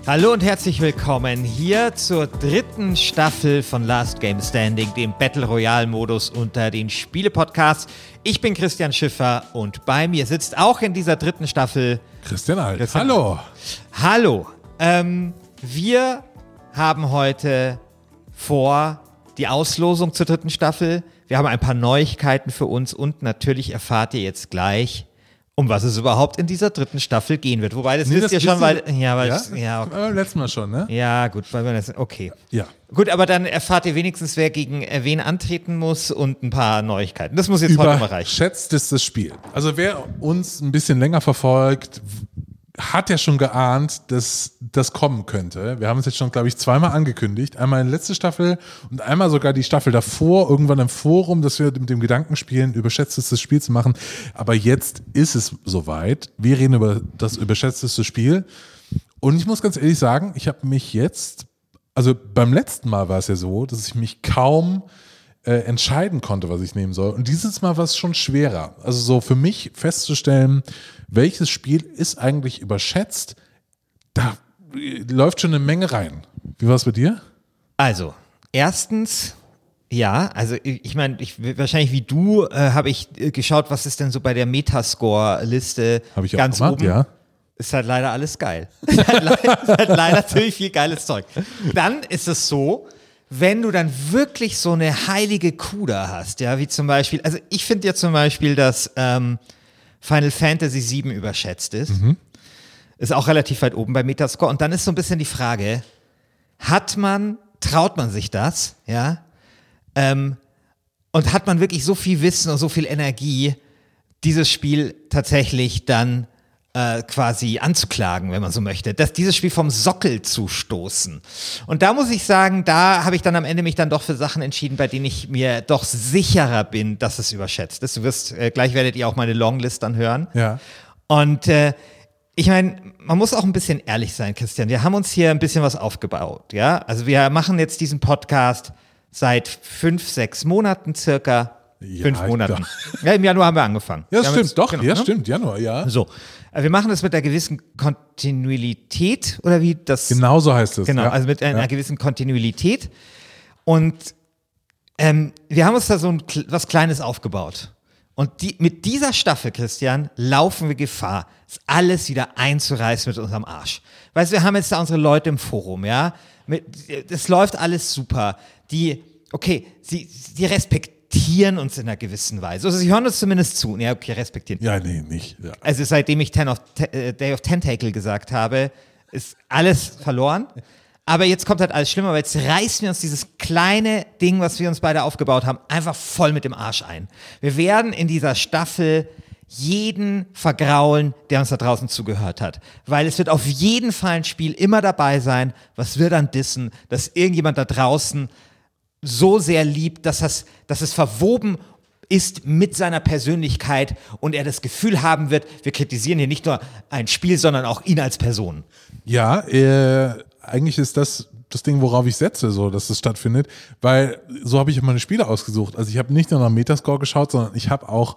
Hallo und herzlich willkommen hier zur dritten Staffel von Last Game Standing, dem Battle Royale Modus unter den Spiele-Podcasts. Ich bin Christian Schiffer und bei mir sitzt auch in dieser dritten Staffel Christian Alt. Hallo. Hallo. Wir haben heute vor die Auslosung zur dritten Staffel. Wir haben ein paar Neuigkeiten für uns und natürlich erfahrt ihr jetzt gleich, um was es überhaupt in dieser dritten Staffel gehen wird. Wobei, das wisst ihr schon, weil... Okay. Letztes Mal schon, ne? Ja, gut, weil wir das... Okay. Ja. Gut, aber dann erfahrt ihr wenigstens, wer gegen wen antreten muss und ein paar Neuigkeiten. Das muss jetzt heute mal reichen. Überschätztes Spiel. Also wer uns ein bisschen länger verfolgt, hat ja schon geahnt, dass das kommen könnte. Wir haben es jetzt schon, glaube ich, zweimal angekündigt. Einmal in der letzten Staffel und einmal sogar die Staffel davor, irgendwann im Forum, dass wir mit dem Gedanken spielen, überschätztes Spiel zu machen. Aber jetzt ist es soweit. Wir reden über das überschätzteste Spiel. Und ich muss ganz ehrlich sagen, ich habe mich jetzt, also beim letzten Mal war es ja so, dass ich mich kaum entscheiden konnte, was ich nehmen soll. Und dieses Mal war es schon schwerer. Also so für mich festzustellen, welches Spiel ist eigentlich überschätzt, da läuft schon eine Menge rein. Wie war es bei dir? Also, erstens, ja, also ich meine, wahrscheinlich wie du habe ich geschaut, was ist denn so bei der Metascore-Liste ganz gemacht, oben. Ja. Ist halt leider alles geil. Ist halt leider ziemlich viel geiles Zeug. Dann ist es so, wenn du dann wirklich so eine heilige Kuh da hast, ja, wie zum Beispiel, also ich finde ja zum Beispiel, dass Final Fantasy VII überschätzt ist. Ist auch relativ weit oben bei Metascore. Und dann ist so ein bisschen die Frage, traut man sich das, ja? Und hat man wirklich so viel Wissen und so viel Energie, dieses Spiel tatsächlich dann quasi anzuklagen, wenn man so möchte, dass dieses Spiel vom Sockel zu stoßen. Und da muss ich sagen, da habe ich dann am Ende mich dann doch für Sachen entschieden, bei denen ich mir doch sicherer bin, dass es überschätzt ist. Du wirst, gleich werdet ihr auch meine Longlist dann hören. Ja. Und ich meine, man muss auch ein bisschen ehrlich sein, Christian. Wir haben uns hier ein bisschen was aufgebaut, ja. Also wir machen jetzt diesen Podcast seit 5-6 Monaten circa. Ja, 5 Monaten. Ja, im Januar haben wir angefangen. Ja, stimmt, jetzt, doch. Genau, Ja, ne? stimmt, Januar, ja. So. Wir machen das mit einer gewissen Kontinuität oder wie das? Genau so heißt es. Genau, ja. also mit einer gewissen Kontinuität. Und wir haben uns da so was Kleines aufgebaut. Und mit dieser Staffel, Christian, laufen wir Gefahr, das alles wieder einzureißen mit unserem Arsch. Weißt du, wir haben jetzt da unsere Leute im Forum, ja. Das läuft alles super. Die respektieren uns in einer gewissen Weise. Also sie hören uns zumindest zu. Ja, okay, respektieren. Ja, nee, nicht. Ja. Also seitdem ich Day of Tentacle gesagt habe, ist alles verloren. Aber jetzt kommt halt alles schlimmer, weil jetzt reißen wir uns dieses kleine Ding, was wir uns beide aufgebaut haben, einfach voll mit dem Arsch ein. Wir werden in dieser Staffel jeden vergraulen, der uns da draußen zugehört hat. Weil es wird auf jeden Fall ein Spiel immer dabei sein, was wir dann dissen, dass irgendjemand da draußen so sehr liebt, dass es verwoben ist mit seiner Persönlichkeit und er das Gefühl haben wird, wir kritisieren hier nicht nur ein Spiel, sondern auch ihn als Person. Ja, eigentlich ist das Ding, worauf ich setze, so, dass es stattfindet, weil so habe ich immer meine Spiele ausgesucht. Also ich habe nicht nur nach Metascore geschaut, sondern ich habe auch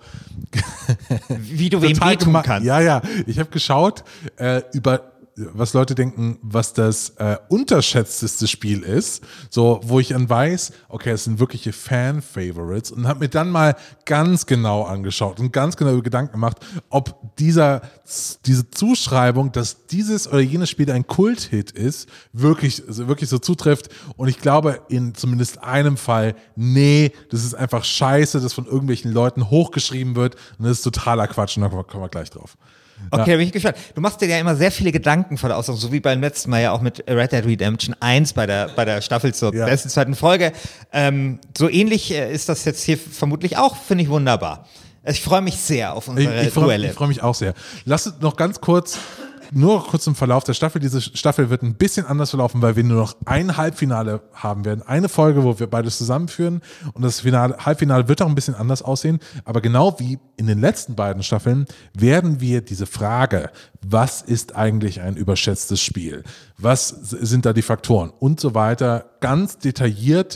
wie du wem wehtun kannst. Ja, ich habe geschaut über was Leute denken, was das unterschätzteste Spiel ist, so, wo ich dann weiß, okay, es sind wirkliche Fan-Favorites und habe mir dann mal ganz genau angeschaut und ganz genau Gedanken gemacht, ob diese Zuschreibung, dass dieses oder jenes Spiel ein Kult-Hit ist, wirklich so zutrifft. Und ich glaube, in zumindest einem Fall, nee, das ist einfach Scheiße, das von irgendwelchen Leuten hochgeschrieben wird und das ist totaler Quatsch und da kommen wir gleich drauf. Okay, da bin ich gespannt. Du machst dir ja immer sehr viele Gedanken vor der Aussage, so wie beim letzten Mal ja auch mit Red Dead Redemption 1 bei der Staffel zur besten zweiten Folge. So ähnlich ist das jetzt hier vermutlich auch, finde ich wunderbar. Ich freue mich sehr auf unsere Duelle. Ich freue mich auch sehr. Lass uns noch ganz kurz Nur kurz zum Verlauf der Staffel. Diese Staffel wird ein bisschen anders verlaufen, weil wir nur noch ein Halbfinale haben werden. Eine Folge, wo wir beides zusammenführen. Und das Halbfinale wird auch ein bisschen anders aussehen. Aber genau wie in den letzten beiden Staffeln werden wir diese Frage, was ist eigentlich ein überschätztes Spiel? Was sind da die Faktoren? Und so weiter, ganz detailliert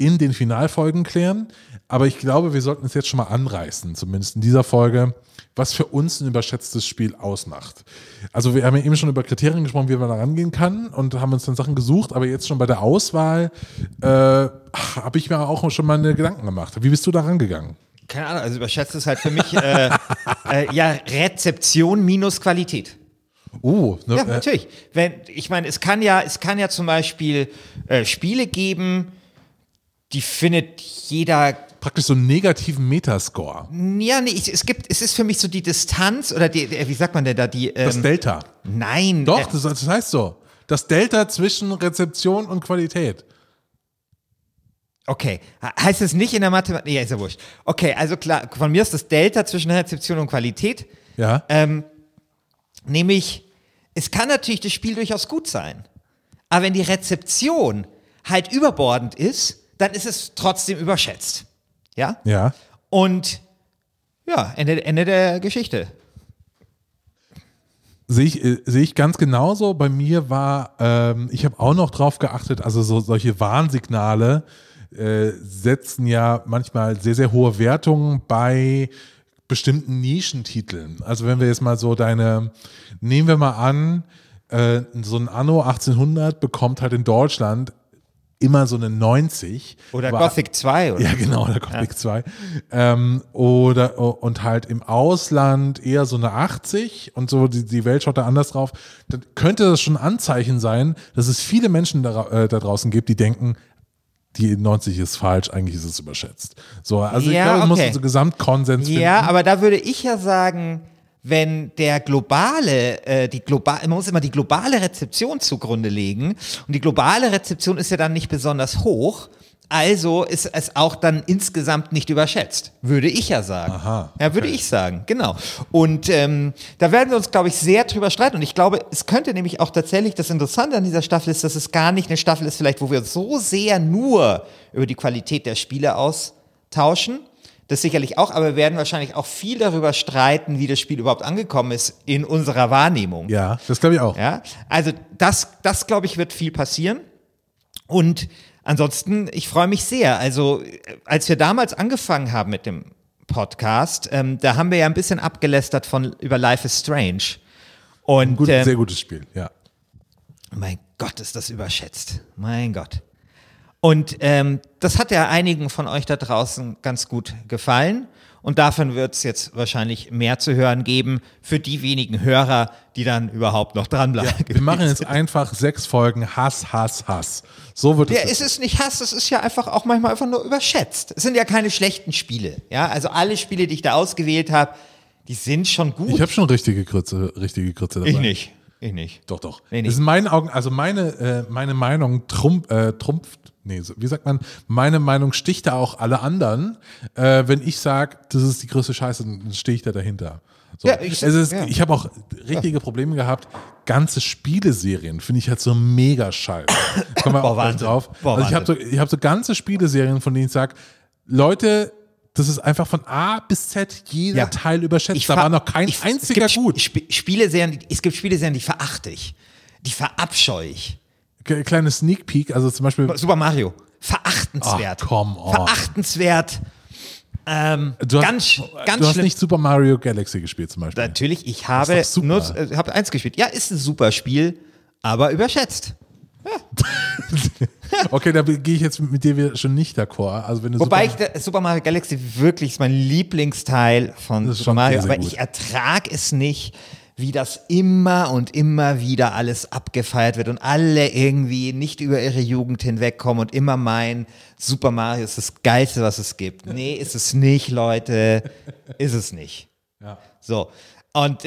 in den Finalfolgen klären. Aber ich glaube, wir sollten es jetzt schon mal anreißen, zumindest in dieser Folge, was für uns ein überschätztes Spiel ausmacht. Also wir haben ja eben schon über Kriterien gesprochen, wie man da rangehen kann und haben uns dann Sachen gesucht, aber jetzt schon bei der Auswahl habe ich mir auch schon mal Gedanken gemacht. Wie bist du da rangegangen? Keine Ahnung, also überschätzt ist halt für mich Rezeption minus Qualität. Oh, ne, ja, natürlich. Ich meine, es kann ja zum Beispiel Spiele geben, die findet jeder. Praktisch so einen negativen Metascore. Ja, nee, es ist für mich so die Distanz oder wie sagt man denn da, das Delta. Nein. Doch, das heißt so. Das Delta zwischen Rezeption und Qualität. Okay, heißt es nicht in der Mathematik? Ja, ist ja wurscht. Okay, also klar, von mir ist das Delta zwischen Rezeption und Qualität. Ja. Nämlich, es kann natürlich das Spiel durchaus gut sein. Aber wenn die Rezeption halt überbordend ist, dann ist es trotzdem überschätzt. Ja? Ja. Und ja, Ende der Geschichte. Sehe ich ganz genauso. Bei mir war, ich habe auch noch drauf geachtet, also solche Warnsignale setzen ja manchmal sehr, sehr hohe Wertungen bei bestimmten Nischentiteln. Also wenn wir jetzt mal so nehmen wir mal an, so ein Anno 1800 bekommt halt in Deutschland immer so eine 90. Oder Gothic 2. Oder? Ja, genau, oder Gothic 2. Und halt im Ausland eher so eine 80 und so die Welt schaut da anders drauf. Dann könnte das schon ein Anzeichen sein, dass es viele Menschen da draußen gibt, die denken, die 90 ist falsch, eigentlich ist es überschätzt. So, also ja, ich glaube, es okay. muss so Gesamtkonsens finden. Ja, aber da würde ich ja sagen, wenn der man muss immer die globale Rezeption zugrunde legen und die globale Rezeption ist ja dann nicht besonders hoch, also ist es auch dann insgesamt nicht überschätzt, würde ich ja sagen. Aha, ja, würde ich sagen, genau. Und da werden wir uns, glaube ich, sehr drüber streiten und ich glaube, es könnte nämlich auch tatsächlich, das Interessante an dieser Staffel ist, dass es gar nicht eine Staffel ist, vielleicht, wo wir uns so sehr nur über die Qualität der Spiele austauschen. Das sicherlich auch, aber wir werden wahrscheinlich auch viel darüber streiten, wie das Spiel überhaupt angekommen ist in unserer Wahrnehmung. Ja, das glaube ich auch. Ja, also das glaube ich, wird viel passieren. Und ansonsten, ich freue mich sehr. Also, als wir damals angefangen haben mit dem Podcast, da haben wir ja ein bisschen abgelästert über Life is Strange. Und, sehr gutes Spiel, ja. Mein Gott, ist das überschätzt. Mein Gott. Und das hat ja einigen von euch da draußen ganz gut gefallen. Und davon wird es jetzt wahrscheinlich mehr zu hören geben für die wenigen Hörer, die dann überhaupt noch dranbleiben. Ja, wir machen jetzt einfach 6 Folgen Hass, Hass, Hass. So wird es. Ja, es ist nicht Hass, es ist ja einfach auch manchmal einfach nur überschätzt. Es sind ja keine schlechten Spiele. Ja, also alle Spiele, die ich da ausgewählt habe, die sind schon gut. Ich habe schon richtige Grütze dabei. Ich nicht. Doch. Nee. Das ist in meinen Augen, also meine Meinung trumpft. Nee, wie sagt man? Meine Meinung sticht da auch alle anderen. Wenn ich sage, das ist die größte Scheiße, dann stehe ich da dahinter. So. Ja, ich habe auch richtige Probleme gehabt. Ganze Spieleserien finde ich halt so mega scheiße. Kommen wir auch gleich drauf. Also ich habe so ganze Spieleserien, von denen ich sage, Leute, das ist einfach von A bis Z jeder Teil überschätzt. Da war noch kein einziger gut. Es gibt Spieleserien, die verachte ich. Die verabscheue ich. Kleine Sneak Peek, also zum Beispiel Super Mario. Verachtenswert. Oh, come on. Verachtenswert. Du hast nicht Super Mario Galaxy gespielt zum Beispiel. Natürlich, ich habe hab eins gespielt. Ja, ist ein super Spiel, aber überschätzt. Ja. Okay, da gehe ich jetzt mit dir schon nicht d'accord. Also wenn du Wobei Super Mario Galaxy wirklich ist mein Lieblingsteil von Super Mario, sehr, sehr aber gut. ich ertrage es nicht, wie das immer und immer wieder alles abgefeiert wird und alle irgendwie nicht über ihre Jugend hinwegkommen und immer meinen, Super Mario ist das Geilste, was es gibt. Nee, ist es nicht, Leute. Ist es nicht. Ja. So. Und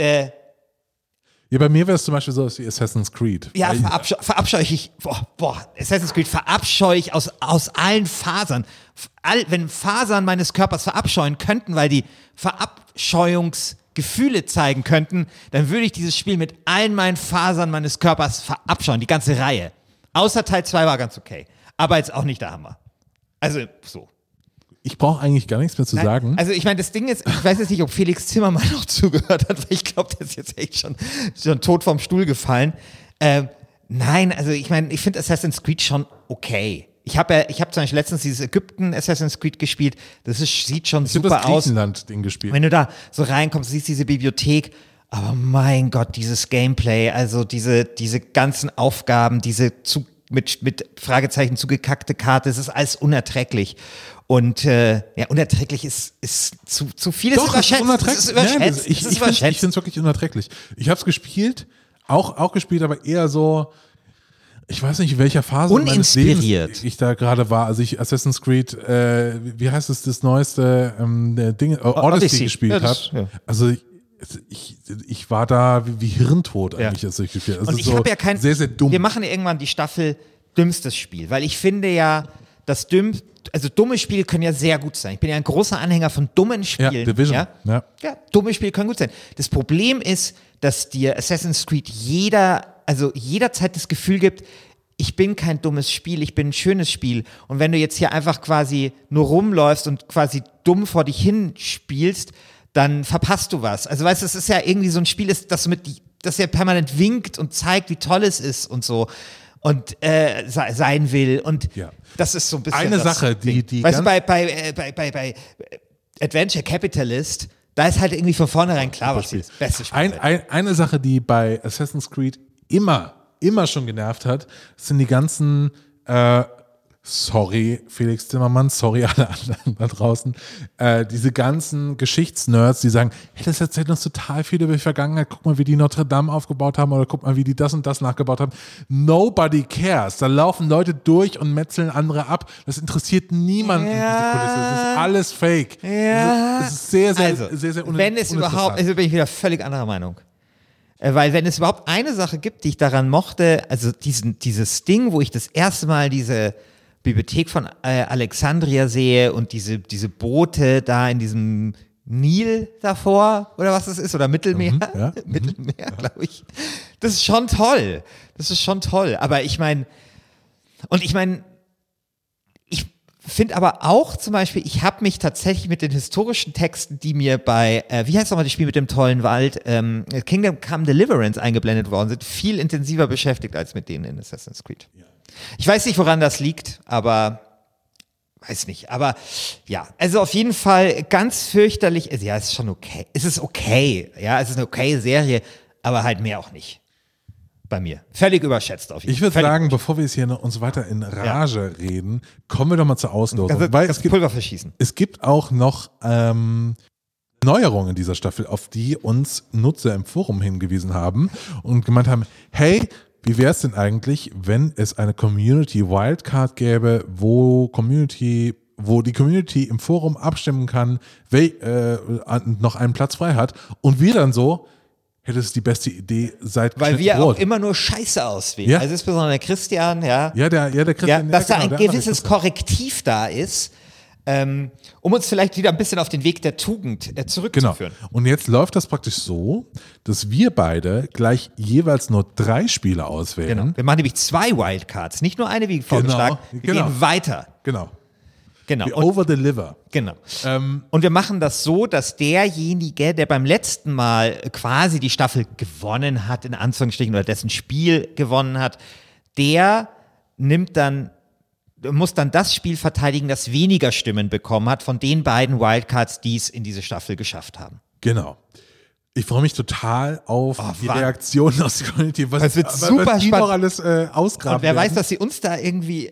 ja, bei mir wäre es zum Beispiel so wie Assassin's Creed. ja, verabscheue ich. Assassin's Creed verabscheue ich aus allen Fasern. Wenn Fasern meines Körpers verabscheuen könnten, weil die Verabscheuungsgefühle zeigen könnten, dann würde ich dieses Spiel mit allen meinen Fasern meines Körpers verabscheuen, die ganze Reihe. Außer Teil 2 war ganz okay. Aber jetzt auch nicht der Hammer. Also, so. Ich brauche eigentlich gar nichts mehr zu sagen. Also ich meine, das Ding ist, ich weiß jetzt nicht, ob Felix Zimmermann noch zugehört hat, weil ich glaube, der ist jetzt echt schon tot vom Stuhl gefallen. Nein, also ich meine, ich finde Assassin's Creed schon okay. Ich habe zum Beispiel letztens dieses Ägypten Assassin's Creed gespielt. Sieht schon Ich habe super das aus. Griechenland-Ding gespielt. Wenn du da so reinkommst, siehst diese Bibliothek. Aber mein Gott, dieses Gameplay, also diese ganzen Aufgaben, mit Fragezeichen zugekackte Karte, es ist alles unerträglich. Und unerträglich ist zu viel. Doch, es ist unerträglich. Es ist überschätzt. Ich finde es wirklich unerträglich. Ich habe es gespielt, auch gespielt, aber eher so, ich weiß nicht, in welcher Phase meines Lebens ich da gerade war, als ich Assassin's Creed, wie heißt es, das neueste Odyssey gespielt habe. Ja. Also ich war da wie hirntot eigentlich, als ich gespielt habe. Und ich habe ja kein, sehr, sehr dumm. Wir machen ja irgendwann die Staffel dümmstes Spiel, weil ich finde ja, dumme Spiele können ja sehr gut sein. Ich bin ja ein großer Anhänger von dummen Spielen. Ja, Division. Ja, dumme Spiele können gut sein. Das Problem ist, dass dir Assassin's Creed jederzeit das Gefühl gibt, ich bin kein dummes Spiel, ich bin ein schönes Spiel. Und wenn du jetzt hier einfach quasi nur rumläufst und quasi dumm vor dich hin spielst, dann verpasst du was. Also weißt du, es ist ja irgendwie so ein Spiel, das ja permanent winkt und zeigt, wie toll es ist und so und sein will. Und das ist so ein bisschen eine Sache, die weißt du, bei Adventure Capitalist, da ist halt irgendwie von vornherein klar, was das beste Spiel ist. Eine Sache, die bei Assassin's Creed immer schon genervt hat, sind die ganzen sorry Felix Zimmermann, sorry alle anderen da draußen, diese ganzen Geschichtsnerds, die sagen, hey, das erzählt uns total viel über die Vergangenheit, guck mal, wie die Notre Dame aufgebaut haben oder guck mal, wie die das und das nachgebaut haben. Nobody cares. Da laufen Leute durch und metzeln andere ab. Das interessiert niemanden, diese Kulisse. Das ist alles fake. Ja. Das ist sehr wenn es überhaupt, also bin ich wieder völlig anderer Meinung. Weil wenn es überhaupt eine Sache gibt, die ich daran mochte, also dieses Ding, wo ich das erste Mal diese Bibliothek von Alexandria sehe und diese Boote da in diesem Nil davor oder was das ist oder Mittelmeer, Mittelmeer, glaube ich. Das ist schon toll. Aber ich finde aber auch zum Beispiel, ich habe mich tatsächlich mit den historischen Texten, die mir bei, wie heißt nochmal das Spiel mit dem tollen Wald, Kingdom Come Deliverance eingeblendet worden sind, viel intensiver beschäftigt als mit denen in Assassin's Creed. Ja. Ich weiß nicht, woran das liegt, aber weiß nicht. Aber ja, also auf jeden Fall ganz fürchterlich. Ja, es ist schon okay. Es ist okay. Ja, es ist eine okay Serie, aber halt mehr auch nicht. Bei mir. Völlig überschätzt auf jeden Fall. Ich würde sagen, bevor wir jetzt hier noch uns weiter in Rage reden, kommen wir doch mal zur Auslosung. Weil es gibt Pulver verschießen. Es gibt auch noch Neuerungen in dieser Staffel, auf die uns Nutzer im Forum hingewiesen haben und gemeint haben, hey, wie wäre es denn eigentlich, wenn es eine Community Wildcard gäbe, wo die Community im Forum abstimmen kann, wer noch einen Platz frei hat und wir dann so, hey, das ist die beste Idee seit Weil wir auch immer nur Scheiße auswählen. Ja. Also insbesondere Christian, der Christian. Dass da ein gewisses Korrektiv da ist, um uns vielleicht wieder ein bisschen auf den Weg der Tugend zurückzuführen. Genau. Und jetzt läuft das praktisch so, dass wir beide gleich jeweils nur 3 Spiele auswählen. Genau. Wir machen nämlich 2 Wildcards, nicht nur eine wie vorgeschlagen. Wir gehen weiter. Genau. Wir overdeliver. Genau. Und wir machen das so, dass derjenige, der beim letzten Mal quasi die Staffel gewonnen hat, in Anführungsstrichen, oder dessen Spiel gewonnen hat, der muss dann das Spiel verteidigen, das weniger Stimmen bekommen hat von den beiden Wildcards, die es in diese Staffel geschafft haben. Genau. Ich freue mich total auf die Reaktionen aus der Community. Was wird super die spannend. Noch alles ausgraben Und wer werden. weiß, dass sie uns da irgendwie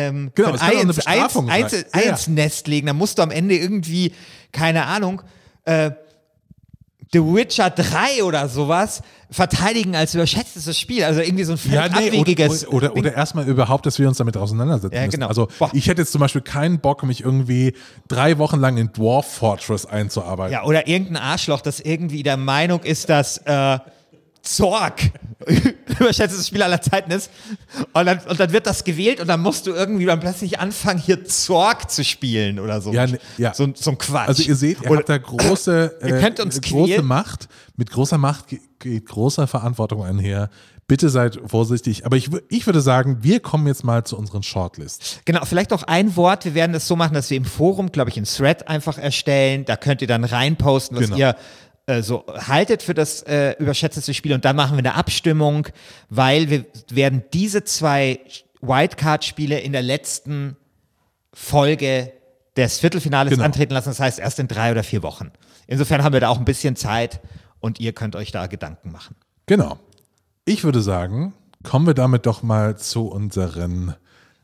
ins ins Nest legen. Da musst du am Ende irgendwie, keine Ahnung, The Witcher 3 oder sowas verteidigen als überschätztes Spiel. Also irgendwie so ein völlig abwegiges. Oder erstmal überhaupt, dass wir uns damit auseinandersetzen müssen. Genau. Also ich hätte jetzt zum Beispiel keinen Bock, mich irgendwie 3 Wochen lang in Dwarf Fortress einzuarbeiten. Ja, oder irgendein Arschloch, das irgendwie der Meinung ist, dass Zorg überschätztes Spiel aller Zeiten ist. Und dann wird das gewählt und dann musst du irgendwie dann plötzlich anfangen, hier Zorg zu spielen oder so. Ja. So ein Quatsch. Also ihr seht, ihr habt da große Macht. Mit großer Macht geht großer Verantwortung einher. Bitte seid vorsichtig. Aber ich würde sagen, wir kommen jetzt mal zu unseren Shortlists. Genau, vielleicht noch ein Wort. Wir werden das so machen, dass wir im Forum, glaube ich, einen Thread einfach erstellen. Da könnt ihr dann reinposten, was ihr so haltet für das überschätzte Spiel, und dann machen wir eine Abstimmung, weil wir werden diese 2 Wildcard-Spiele in der letzten Folge des Viertelfinales antreten lassen. Das heißt, erst in 3 oder 4 Wochen. Insofern haben wir da auch ein bisschen Zeit und ihr könnt euch da Gedanken machen. Genau. Ich würde sagen, kommen wir damit doch mal zu unseren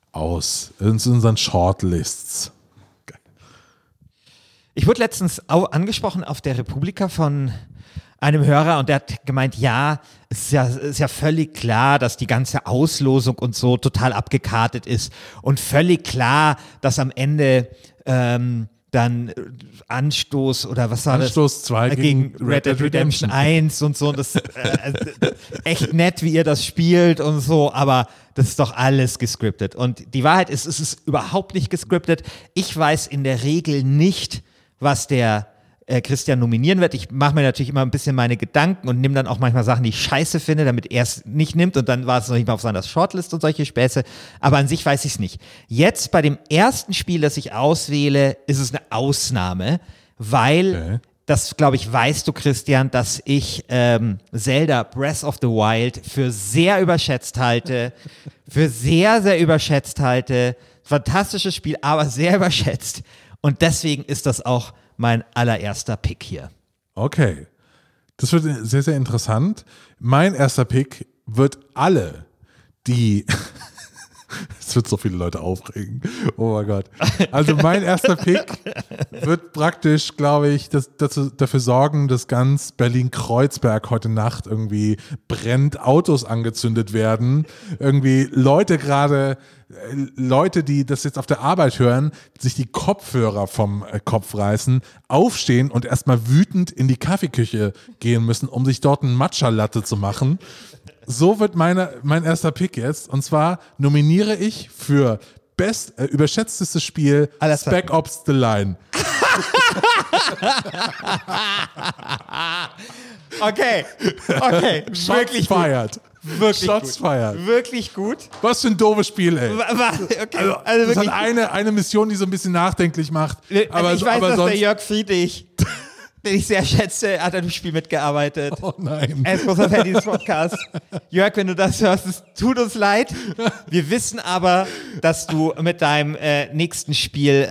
Shortlists. Geil. Ich wurde letztens auch angesprochen auf der Republika von einem Hörer und der hat gemeint, ja, es ist ja völlig klar, dass die ganze Auslosung und so total abgekartet ist und völlig klar, dass am Ende dann Anstoß oder was war Anstoß das? 2 gegen Red Dead Redemption 1 und so. Das echt nett, wie ihr das spielt und so, aber das ist doch alles gescriptet. Und die Wahrheit ist, es ist überhaupt nicht gescriptet. Ich weiß in der Regel nicht, was der Christian nominieren wird. Ich mache mir natürlich immer ein bisschen meine Gedanken und nehme dann auch manchmal Sachen, die ich scheiße finde, damit er es nicht nimmt und dann war es noch nicht mal auf seiner Shortlist und solche Späße. Aber an sich weiß ich es nicht. Jetzt bei dem ersten Spiel, das ich auswähle, ist es eine Ausnahme, weil, das glaube ich, weißt du, Christian, dass ich Zelda Breath of the Wild für sehr überschätzt halte. Für sehr, sehr überschätzt halte. Fantastisches Spiel, aber sehr überschätzt. Und deswegen ist das auch mein allererster Pick hier. Okay. Das wird sehr, sehr interessant. Mein erster Pick wird alle, die es wird so viele Leute aufregen. Oh mein Gott. Also mein erster Pick wird praktisch, glaube ich, dafür sorgen, dass ganz Berlin-Kreuzberg heute Nacht irgendwie brennt, Autos angezündet werden. Irgendwie Leute, die das jetzt auf der Arbeit hören, sich die Kopfhörer vom Kopf reißen, aufstehen und erstmal wütend in die Kaffeeküche gehen müssen, um sich dort einen Matcha-Latte zu machen. So wird mein erster Pick jetzt. Und zwar nominiere ich für überschätztestes Spiel Spec Ops The Line. Okay. Wirklich feiert. Shots feiert. Wirklich gut. Was für ein doofes Spiel, ey. Okay. Also das hat eine Mission, die so ein bisschen nachdenklich macht. Aber ich weiß, dass der Jörg Friedrich, den ich sehr schätze, hat an dem Spiel mitgearbeitet. Oh nein. Er ist großer Fan dieses Podcasts. Jörg, wenn du das hörst, es tut uns leid. Wir wissen aber, dass du mit deinem nächsten Spiel,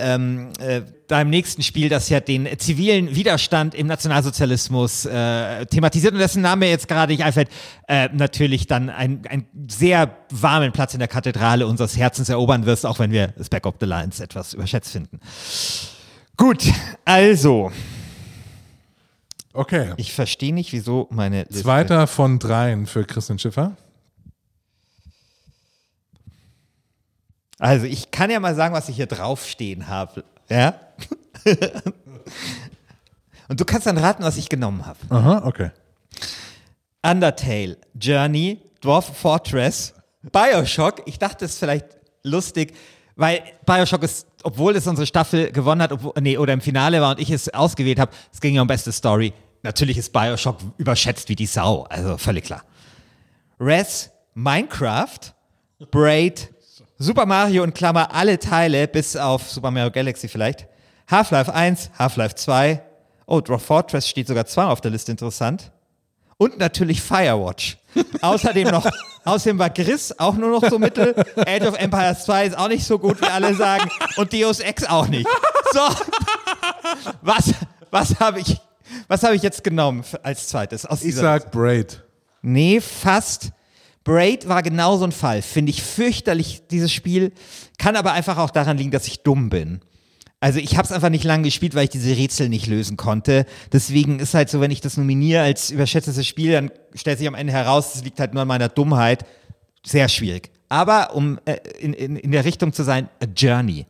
das ja den zivilen Widerstand im Nationalsozialismus thematisiert und dessen Name jetzt gerade nicht einfällt, natürlich dann einen sehr warmen Platz in der Kathedrale unseres Herzens erobern wirst, auch wenn wir Spec Ops The Lines etwas überschätzt finden. Gut, also okay. Ich verstehe nicht, wieso meine Liste... Zweiter von 3 für Christian Schiffer. Also ich kann ja mal sagen, was ich hier draufstehen habe. Ja? Und du kannst dann raten, was ich genommen habe. Aha, okay. Undertale, Journey, Dwarf Fortress, Bioshock. Ich dachte, es ist vielleicht lustig, weil Bioshock ist, obwohl es unsere Staffel gewonnen hat, oder im Finale war und ich es ausgewählt habe, es ging ja um beste Story. Natürlich ist Bioshock überschätzt wie die Sau, also völlig klar. Res, Minecraft, Braid, Super Mario und Klammer alle Teile, bis auf Super Mario Galaxy vielleicht, Half-Life 1, Half-Life 2, Dwarf Fortress steht sogar 2 auf der Liste, interessant. Und natürlich Firewatch. Außerdem war Gris auch nur noch so mittel. Age of Empires 2 ist auch nicht so gut, wie alle sagen. Und Deus Ex auch nicht. So, was habe ich jetzt genommen als zweites? Ich sag Braid. Nee, fast. Braid war genau so ein Fall. Finde ich fürchterlich, dieses Spiel. Kann aber einfach auch daran liegen, dass ich dumm bin. Also ich habe es einfach nicht lange gespielt, weil ich diese Rätsel nicht lösen konnte. Deswegen ist halt so, wenn ich das nominiere als überschätztes Spiel, dann stellt sich am Ende heraus, es liegt halt nur an meiner Dummheit. Sehr schwierig. Aber um in der Richtung zu sein, a Journey.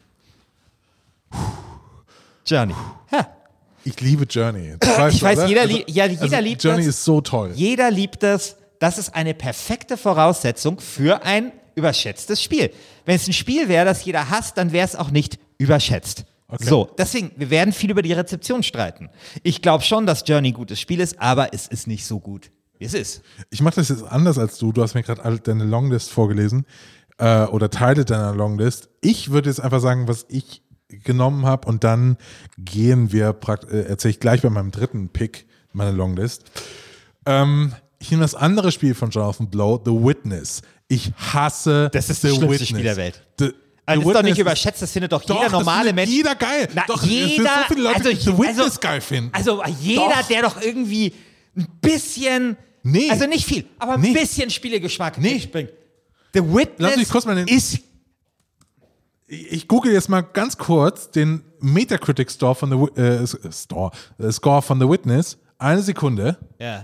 Journey. Ja. Ich liebe Journey. Ich weiß, jeder liebt Journey das. ist so toll. Jeder liebt das. Das ist eine perfekte Voraussetzung für ein überschätztes Spiel. Wenn es ein Spiel wäre, das jeder hasst, dann wäre es auch nicht überschätzt. Okay. So, deswegen, wir werden viel über die Rezeption streiten. Ich glaube schon, dass Journey ein gutes Spiel ist, aber es ist nicht so gut, wie es ist. Ich mache das jetzt anders als du. Du hast mir gerade deine Longlist vorgelesen oder Teile deiner Longlist. Ich würde jetzt einfach sagen, was ich genommen habe und dann erzähle ich gleich bei meinem dritten Pick meine Longlist. ich nehme das andere Spiel von Jonathan Blow, The Witness. Ich hasse Das ist The das schlimmste Witness. Spiel der Welt. The Das ist doch nicht Witness überschätzt, das findet doch jeder das normale findet Mensch. Jeder geil. Na, Doch, jeder, es sind so viele Leute, die The Witness geil finden. Also jeder, Doch. der doch irgendwie ein bisschen, Nee. also nicht viel, aber ein Nee. bisschen Spielegeschmack Nee. mitbringt. The Lass mich Witness kurz mal ist Ich google jetzt mal ganz kurz den Metacritic Score von Score von The Witness. Eine Sekunde. ja.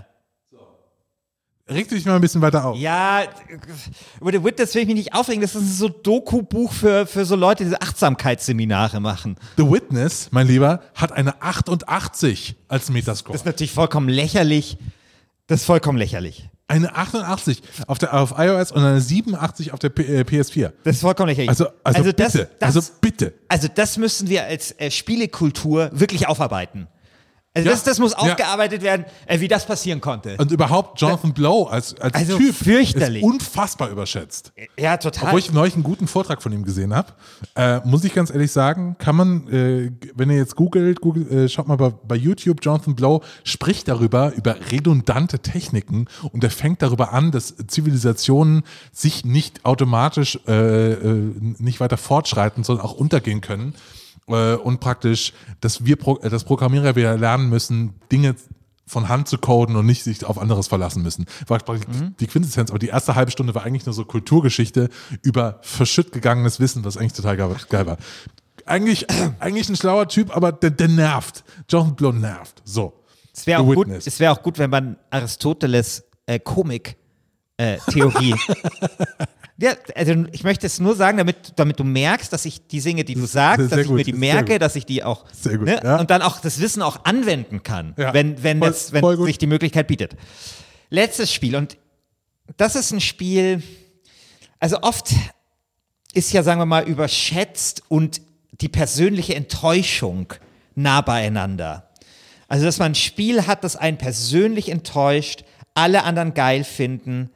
Reg dich mal ein bisschen weiter auf. Ja, über The Witness will ich mich nicht aufregen. Das ist so ein Doku-Buch für so Leute, die so Achtsamkeitsseminare machen. The Witness, mein Lieber, hat eine 88 als Metascore. Das ist natürlich vollkommen lächerlich. Das ist vollkommen lächerlich. Eine 88 auf iOS und eine 87 auf der PS4. Das ist vollkommen lächerlich. Also bitte. Bitte. Also das müssen wir als Spielekultur wirklich aufarbeiten. Also Ja. das muss Ja. aufgearbeitet werden, wie das passieren konnte. Und überhaupt Jonathan Blow als Also Typ fürchterlich. ist unfassbar überschätzt. Ja, total. Obwohl ich neulich einen guten Vortrag von ihm gesehen habe, muss ich ganz ehrlich sagen, kann man, wenn ihr jetzt googelt, schaut mal bei YouTube, Jonathan Blow spricht darüber, über redundante Techniken und er fängt darüber an, dass Zivilisationen sich nicht automatisch nicht weiter fortschreiten, sondern auch untergehen können. Und praktisch, dass dass Programmierer wieder lernen müssen, Dinge von Hand zu coden und nicht sich auf anderes verlassen müssen. War praktisch die Quintessenz, aber die erste halbe Stunde war eigentlich nur so Kulturgeschichte über verschütt gegangenes Wissen, was eigentlich total geil war. Eigentlich ein schlauer Typ, aber der nervt. Jonathan Blow nervt. So. Es wäre The auch, Witness. wär auch gut, wenn man Aristoteles Komik-Theorie. Ja, also ich möchte es nur sagen, damit du merkst, dass ich die Dinge, die du sagst, dass ich mir die merke, dass ich die auch Sehr gut, ja. und dann auch das Wissen auch anwenden kann, Ja, wenn voll gut. sich die Möglichkeit bietet. Letztes Spiel und das ist ein Spiel, also oft ist ja, sagen wir mal, überschätzt und die persönliche Enttäuschung nah beieinander. Also, dass man ein Spiel hat, das einen persönlich enttäuscht, alle anderen geil finden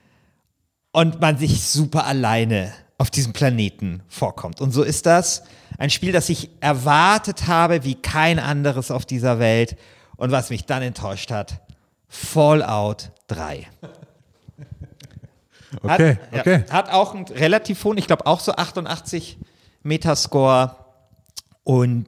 und man sich super alleine auf diesem Planeten vorkommt. Und so ist das ein Spiel, das ich erwartet habe wie kein anderes auf dieser Welt und was mich dann enttäuscht hat. Fallout 3. Okay. Hat auch einen relativ hohen, ich glaube auch so 88 Metascore und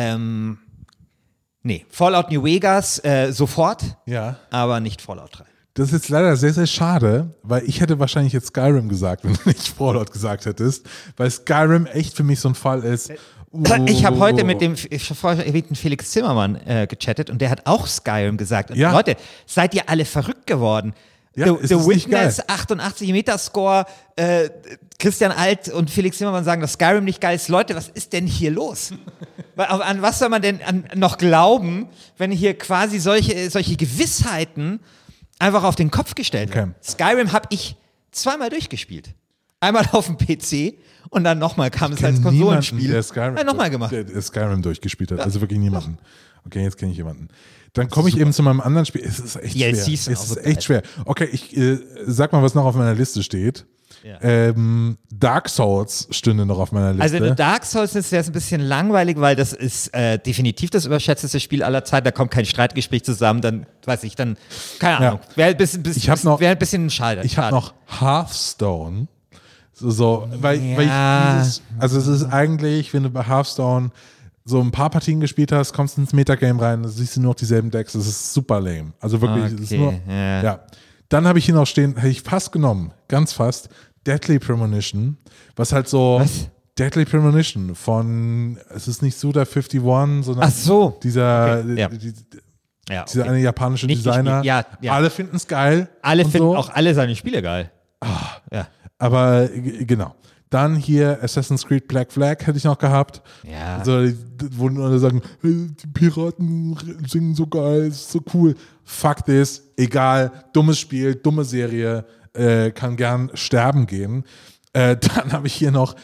Fallout New Vegas sofort, Ja. aber nicht Fallout 3. Das ist jetzt leider sehr, sehr schade, weil ich hätte wahrscheinlich jetzt Skyrim gesagt, wenn du nicht Fallout gesagt hättest, weil Skyrim echt für mich so ein Fall ist. Ich habe heute mit dem vorher erwähnten Felix Zimmermann gechattet und der hat auch Skyrim gesagt. Und Ja. Leute, seid ihr alle verrückt geworden? Ja, es The ist nicht Witness, geil. 88 Metascore, Christian Alt und Felix Zimmermann sagen, dass Skyrim nicht geil ist. Leute, was ist denn hier los? An was soll man denn noch glauben, wenn hier quasi solche Gewissheiten einfach auf den Kopf gestellt werden? Skyrim habe ich zweimal durchgespielt. Einmal auf dem PC und dann nochmal kam es als Konsolenspiel. Niemanden, der Skyrim, Nochmal gemacht. der Skyrim durchgespielt hat. Also wirklich niemanden. Okay, jetzt kenne ich jemanden. Dann komme ich eben zu meinem anderen Spiel. Es ist echt DLCs schwer. sind Es auch ist so echt schwer. Okay, ich sag mal, was noch auf meiner Liste steht. Ja. Dark Souls stünde noch auf meiner Liste. Also in Dark Souls ist es ein bisschen langweilig, weil das ist definitiv das überschätzteste Spiel aller Zeiten. Da kommt kein Streitgespräch zusammen, dann weiß ich, dann, keine Ahnung. Wäre ein bisschen schade. Ich habe noch Hearthstone. Weil Ja. es ist eigentlich, wenn du bei Hearthstone so ein paar Partien gespielt hast, kommst du ins Metagame rein, dann siehst du nur noch dieselben Decks, das ist super lame. Also wirklich, es ist nur, ja. Dann habe ich hier noch stehen, hätte ich fast genommen, ganz fast, Deadly Premonition, was halt so, Was? Deadly Premonition von, es ist nicht Suda51, sondern Ach so. dieser, Okay, ja. Ja, dieser okay. eine japanische Nicht Designer. gespielt, ja. Alle finden es geil. Alle und finden so. auch alle seine Spiele geil. Ja. Aber genau. Dann hier Assassin's Creed Black Flag hätte ich noch gehabt. Ja. Also, wo alle sagen, hey, die Piraten singen so geil, ist so cool. Fuck this, egal, dummes Spiel, dumme Serie, kann gern sterben gehen. Dann habe ich hier noch,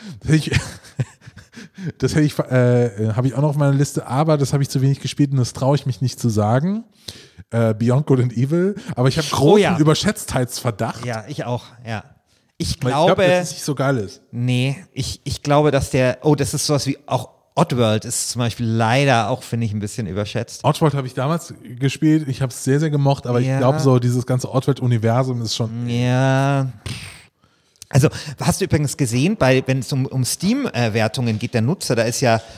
das habe ich auch noch auf meiner Liste, aber das habe ich zu wenig gespielt und das traue ich mich nicht zu sagen. Beyond Good and Evil, aber ich habe großen Überschätztheitsverdacht. Ja, ich auch, ja. Ich Weil glaube, dass es nicht so geil ist. nee, ich glaube, dass das ist sowas wie auch Oddworld ist zum Beispiel leider auch, finde ich, ein bisschen überschätzt. Oddworld habe ich damals gespielt, ich habe es sehr, sehr gemocht, aber ich glaube so, dieses ganze Oddworld-Universum ist schon... Ja. Also, hast du übrigens gesehen, wenn es um Steam-Wertungen geht, der Nutzer, da ist ja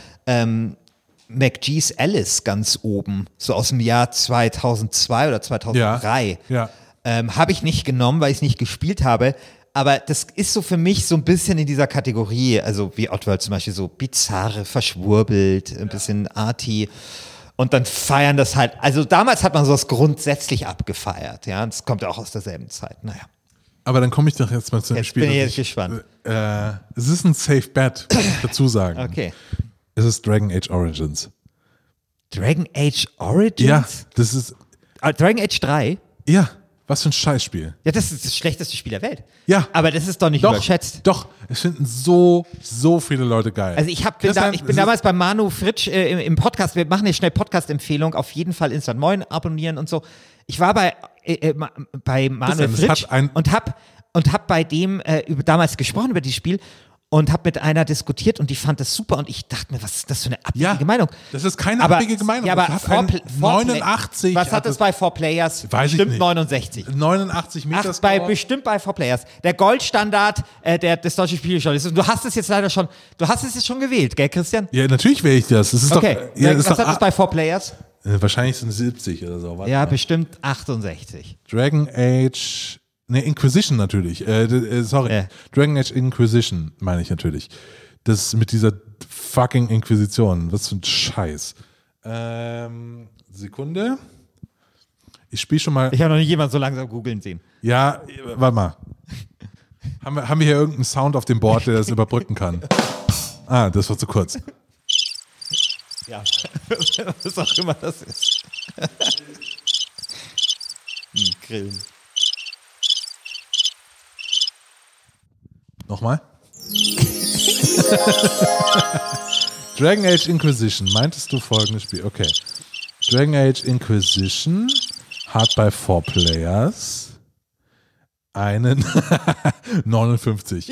McGee's Alice ganz oben, so aus dem Jahr 2002 oder 2003. Ja. Habe ich nicht genommen, weil ich es nicht gespielt habe. Aber das ist so für mich so ein bisschen in dieser Kategorie, also wie Oddworld zum Beispiel, so bizarre, verschwurbelt, ein bisschen arty. Und dann feiern das halt, also damals hat man sowas grundsätzlich abgefeiert, ja, und das kommt ja auch aus derselben Zeit, naja. Aber dann komme ich doch jetzt mal zu dem Spiel. Bin ich jetzt gespannt. Es ist ein Safe Bet, muss ich dazu sagen. Okay. Es ist Dragon Age Origins. Dragon Age Origins? Ja, das ist, Dragon Age 3? ja, was für ein Scheißspiel. Ja, das ist das schlechteste Spiel der Welt. Ja. Aber das ist doch nicht überschätzt. Doch, es finden so viele Leute geil. Also ich bin damals bei Manu Fritsch im Podcast, wir machen eine schnell Podcast-Empfehlung, auf jeden Fall Instant Moin abonnieren und so. Ich war bei Manu Fritsch und hab bei dem damals gesprochen über dieses Spiel und habe mit einer diskutiert und die fand das super und ich dachte mir, was ist das für eine abwegige Meinung? Das ist keine abwegige Meinung. Ja, aber das hat 89. Was hat es bei 4Players? Weiß ich bestimmt nicht. 69. 89 Meter. Bestimmt bei 4Players. Der Goldstandard des deutschen Spieljournalismus. Du hast es jetzt leider schon, gewählt, gell, Christian? Ja, natürlich wähle ich das. Das ist okay. doch. Ja, was hat es bei 4Players? Wahrscheinlich sind 70 oder so. Ja, bestimmt 68. Dragon Age. Ne, Inquisition natürlich. Sorry. Dragon Age Inquisition meine ich natürlich. Das mit dieser fucking Inquisition. Was für ein Scheiß. Sekunde. Ich spiele schon mal. Ich habe noch nie jemanden so langsam googeln sehen. Ja, warte mal. haben wir hier irgendeinen Sound auf dem Board, der das überbrücken kann? Ah, das war zu kurz. Ja, was auch immer das ist. Grillen. Nochmal? Dragon Age Inquisition. Meintest du folgendes Spiel? Okay. Dragon Age Inquisition hat bei 4Players einen 59.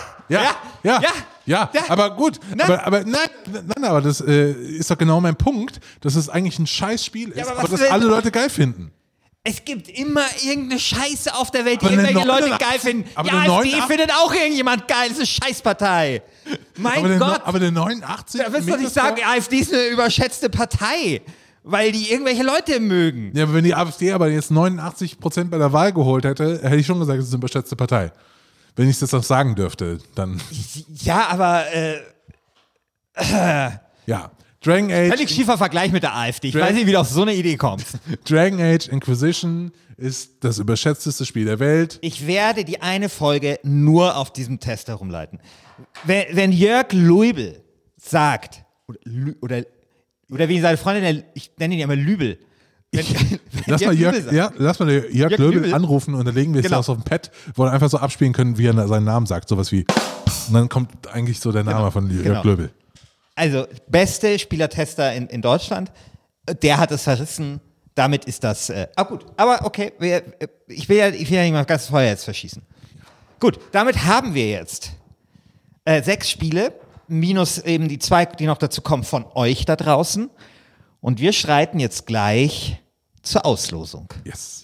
Ja, aber gut. Aber das ist doch genau mein Punkt, dass es eigentlich ein Scheißspiel ist, aber das alle Leute geil finden. Es gibt immer irgendeine Scheiße auf der Welt, die irgendwelche Leute geil finden. Die AfD findet auch irgendjemand geil. Das ist eine Scheißpartei. Mein Gott. Aber der 89... Da wirst du doch nicht sagen, AfD ist eine überschätzte Partei, weil die irgendwelche Leute mögen. Ja, aber wenn die AfD aber jetzt 89% bei der Wahl geholt hätte, hätte ich schon gesagt, es ist eine überschätzte Partei. Wenn ich das noch sagen dürfte, dann... Ja, aber... Ja. Dragon Age. Völlig schiefer Vergleich mit der AfD. Ich weiß nicht, wie du auf so eine Idee kommst. Dragon Age Inquisition ist das überschätzteste Spiel der Welt. Ich werde die eine Folge nur auf diesem Test herumleiten. Wenn Jörg Luibel sagt, oder wie seine Freundin, ich nenne ihn ja immer Lübel. Lass mal Jörg Löbel anrufen und dann legen wir es auf dem Pad, wo wir einfach so abspielen können, wie er seinen Namen sagt. Sowas wie. Und dann kommt eigentlich so der Name von Jörg Löbel. Also, beste Spielertester in Deutschland. Der hat es verrissen. Damit ist das. Gut, aber okay. Ich will ja nicht mal ganz Feuer jetzt verschießen. Gut, damit haben wir jetzt 6 Spiele, minus eben die 2, die noch dazu kommen von euch da draußen. Und wir schreiten jetzt gleich zur Auslosung. Yes.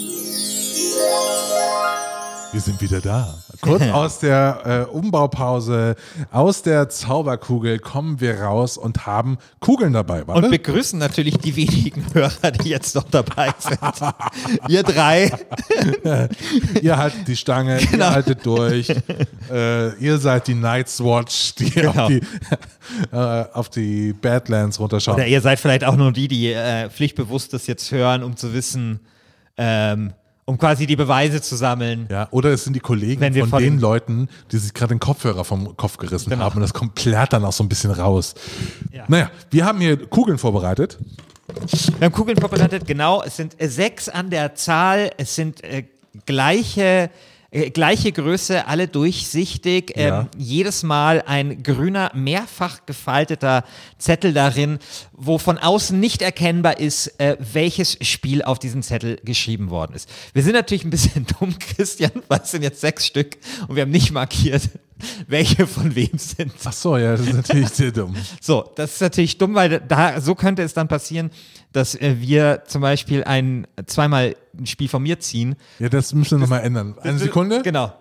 Wir sind wieder da. Kurz aus der Umbaupause, aus der Zauberkugel kommen wir raus und haben Kugeln dabei. Warte. Und begrüßen natürlich die wenigen Hörer, die jetzt noch dabei sind. Ihr 3. Ihr haltet die Stange, ihr haltet durch. Ihr seid die Night's Watch, die auf die Badlands runterschauen. Oder ihr seid vielleicht auch nur die pflichtbewusst das jetzt hören, um zu wissen, um quasi die Beweise zu sammeln. Ja, oder es sind die Kollegen von den Leuten, die sich gerade den Kopfhörer vom Kopf gerissen haben und das komplett dann auch so ein bisschen raus. Ja. Naja, wir haben hier Kugeln vorbereitet. Wir haben Kugeln vorbereitet, genau. Es sind 6 an der Zahl. Es sind gleiche Größe, alle durchsichtig. Jedes Mal ein grüner, mehrfach gefalteter Zettel darin, wo von außen nicht erkennbar ist, welches Spiel auf diesem Zettel geschrieben worden ist. Wir sind natürlich ein bisschen dumm, Christian, weil es sind jetzt 6 Stück und wir haben nicht markiert, welche von wem sind. Ach so, ja, das ist natürlich sehr dumm. So, das ist natürlich dumm, weil so könnte es dann passieren, dass wir zum Beispiel zweimal ein Spiel von mir ziehen. Ja, das müssen wir nochmal ändern. Eine Sekunde. Genau.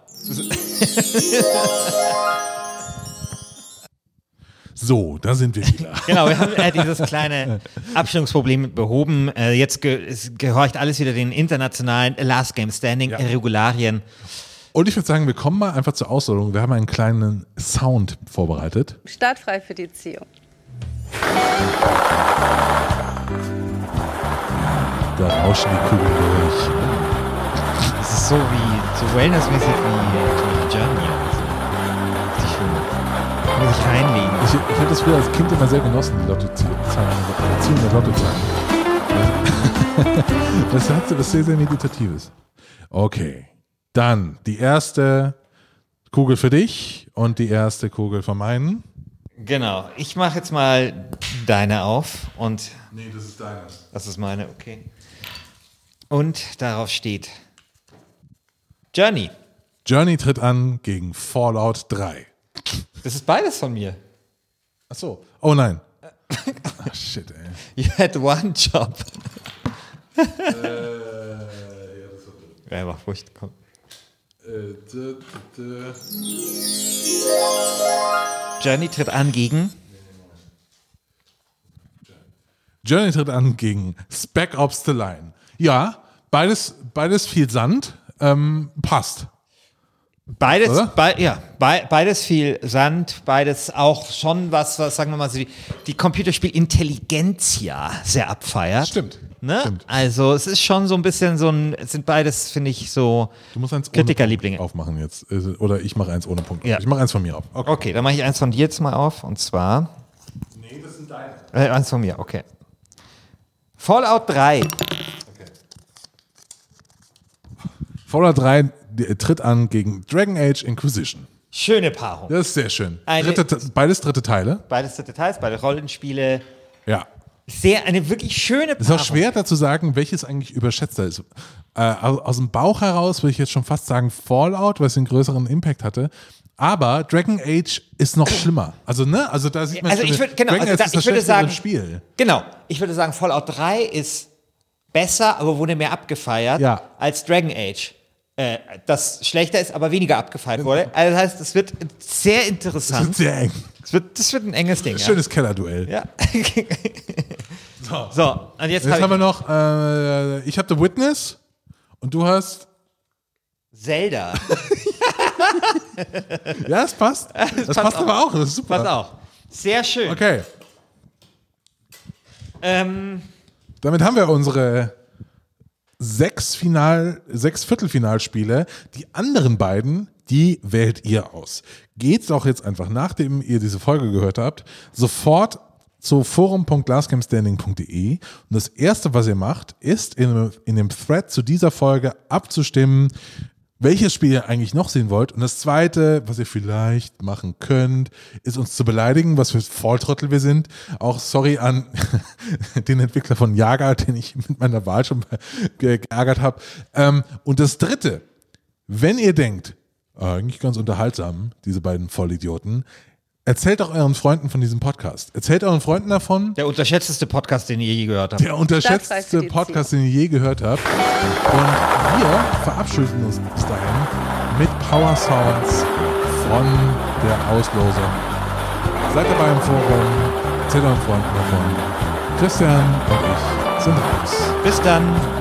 So, da sind wir wieder. Genau, wir haben dieses kleine Abstimmungsproblem behoben. Jetzt gehorcht alles wieder den internationalen Last Game Standing Regularien. Und ich würde sagen, wir kommen mal einfach zur Auslosung. Wir haben einen kleinen Sound vorbereitet. Startfrei für die Ziehung. Da rauschen die Kugeln durch. Das ist so wellnessmäßig wie Journey. Richtig schön. Muss ich reinlegen. Ich habe das früher als Kind immer sehr genossen, die Lottozahlen der Lottozahlen. Das hat was sehr, sehr Meditatives. Okay. Dann die erste Kugel für dich und die erste Kugel von meinen. Genau. Ich mache jetzt mal deine auf und. Nee, das ist deine. Das ist meine, okay. Und darauf steht Journey. Journey tritt an gegen Fallout 3. Das ist beides von mir. Ach so. Oh nein. Ach, shit, ey. You had one job. Ja, das war doof. Ja, war furchtbar. Komm. Journey tritt an gegen. Journey tritt an gegen Spec Ops The Line. Ja, beides viel Sand. Passt. Beides, beides viel Sand, beides auch schon was sagen wir mal so, die Computerspiel-Intelligenz sehr abfeiert. Stimmt. Ne? Stimmt. Also es ist schon so ein bisschen sind beides, finde ich, so Du musst eins Kritikerlieblinge aufmachen jetzt. Oder ich mache eins ohne Punkt. Ja. Ich mache eins von mir auf. Okay, dann mache ich eins von dir jetzt mal auf und zwar. Nee, das sind deine. Eins von mir, okay. Fallout 3. Okay. Fallout 3 tritt an gegen Dragon Age Inquisition. Schöne Paarung. Das ist sehr schön. Beides dritte Teile. Beides Details, beide Rollenspiele. Ja. Eine wirklich schöne Paarung. Es ist auch schwer dazu sagen, welches eigentlich überschätzter ist. Aus dem Bauch heraus würde ich jetzt schon fast sagen Fallout, weil es einen größeren Impact hatte. Aber Dragon Age ist noch schlimmer. Also, ne? Also da sieht man Also schon, ich würde, genau, Dragon Age ist das ich würde sagen, Spiel. Genau, ich würde sagen, Fallout 3 ist besser, aber wurde mehr abgefeiert als Dragon Age. Das schlechter ist, aber weniger abgefeiert wurde. Also das heißt, es wird sehr interessant. Das wird sehr eng. Das wird ein enges Ding. Schönes Kellerduell. Ja. So, und jetzt haben wir noch, ich habe The Witness und du hast Zelda. Ja, es passt. Das passt auch. aber auch. Das ist super. Passt auch. Sehr schön. Okay. Damit haben wir unsere 6 Viertelfinalspiele. Die anderen beiden, die wählt ihr aus. Geht doch jetzt einfach, nachdem ihr diese Folge gehört habt, sofort zu forum.lastgamestanding.de und das erste, was ihr macht, ist in dem Thread zu dieser Folge abzustimmen, welches Spiel ihr eigentlich noch sehen wollt. Und das zweite, was ihr vielleicht machen könnt, ist uns zu beleidigen, was für Volltrottel wir sind. Auch sorry an den Entwickler von Yaga, den ich mit meiner Wahl schon geärgert habe. Und das dritte, wenn ihr denkt, eigentlich ganz unterhaltsam, diese beiden Vollidioten, erzählt auch euren Freunden von diesem Podcast. Erzählt euren Freunden davon. Der unterschätzteste Podcast, den ihr je gehört habt. Der unterschätzte Podcast, den ihr je gehört habt. Und wir verabschieden uns bis dahin mit Power Sounds von der Auslosung. Seid dabei im Forum. Erzählt euren Freunden davon. Christian und ich sind raus. Bis dann.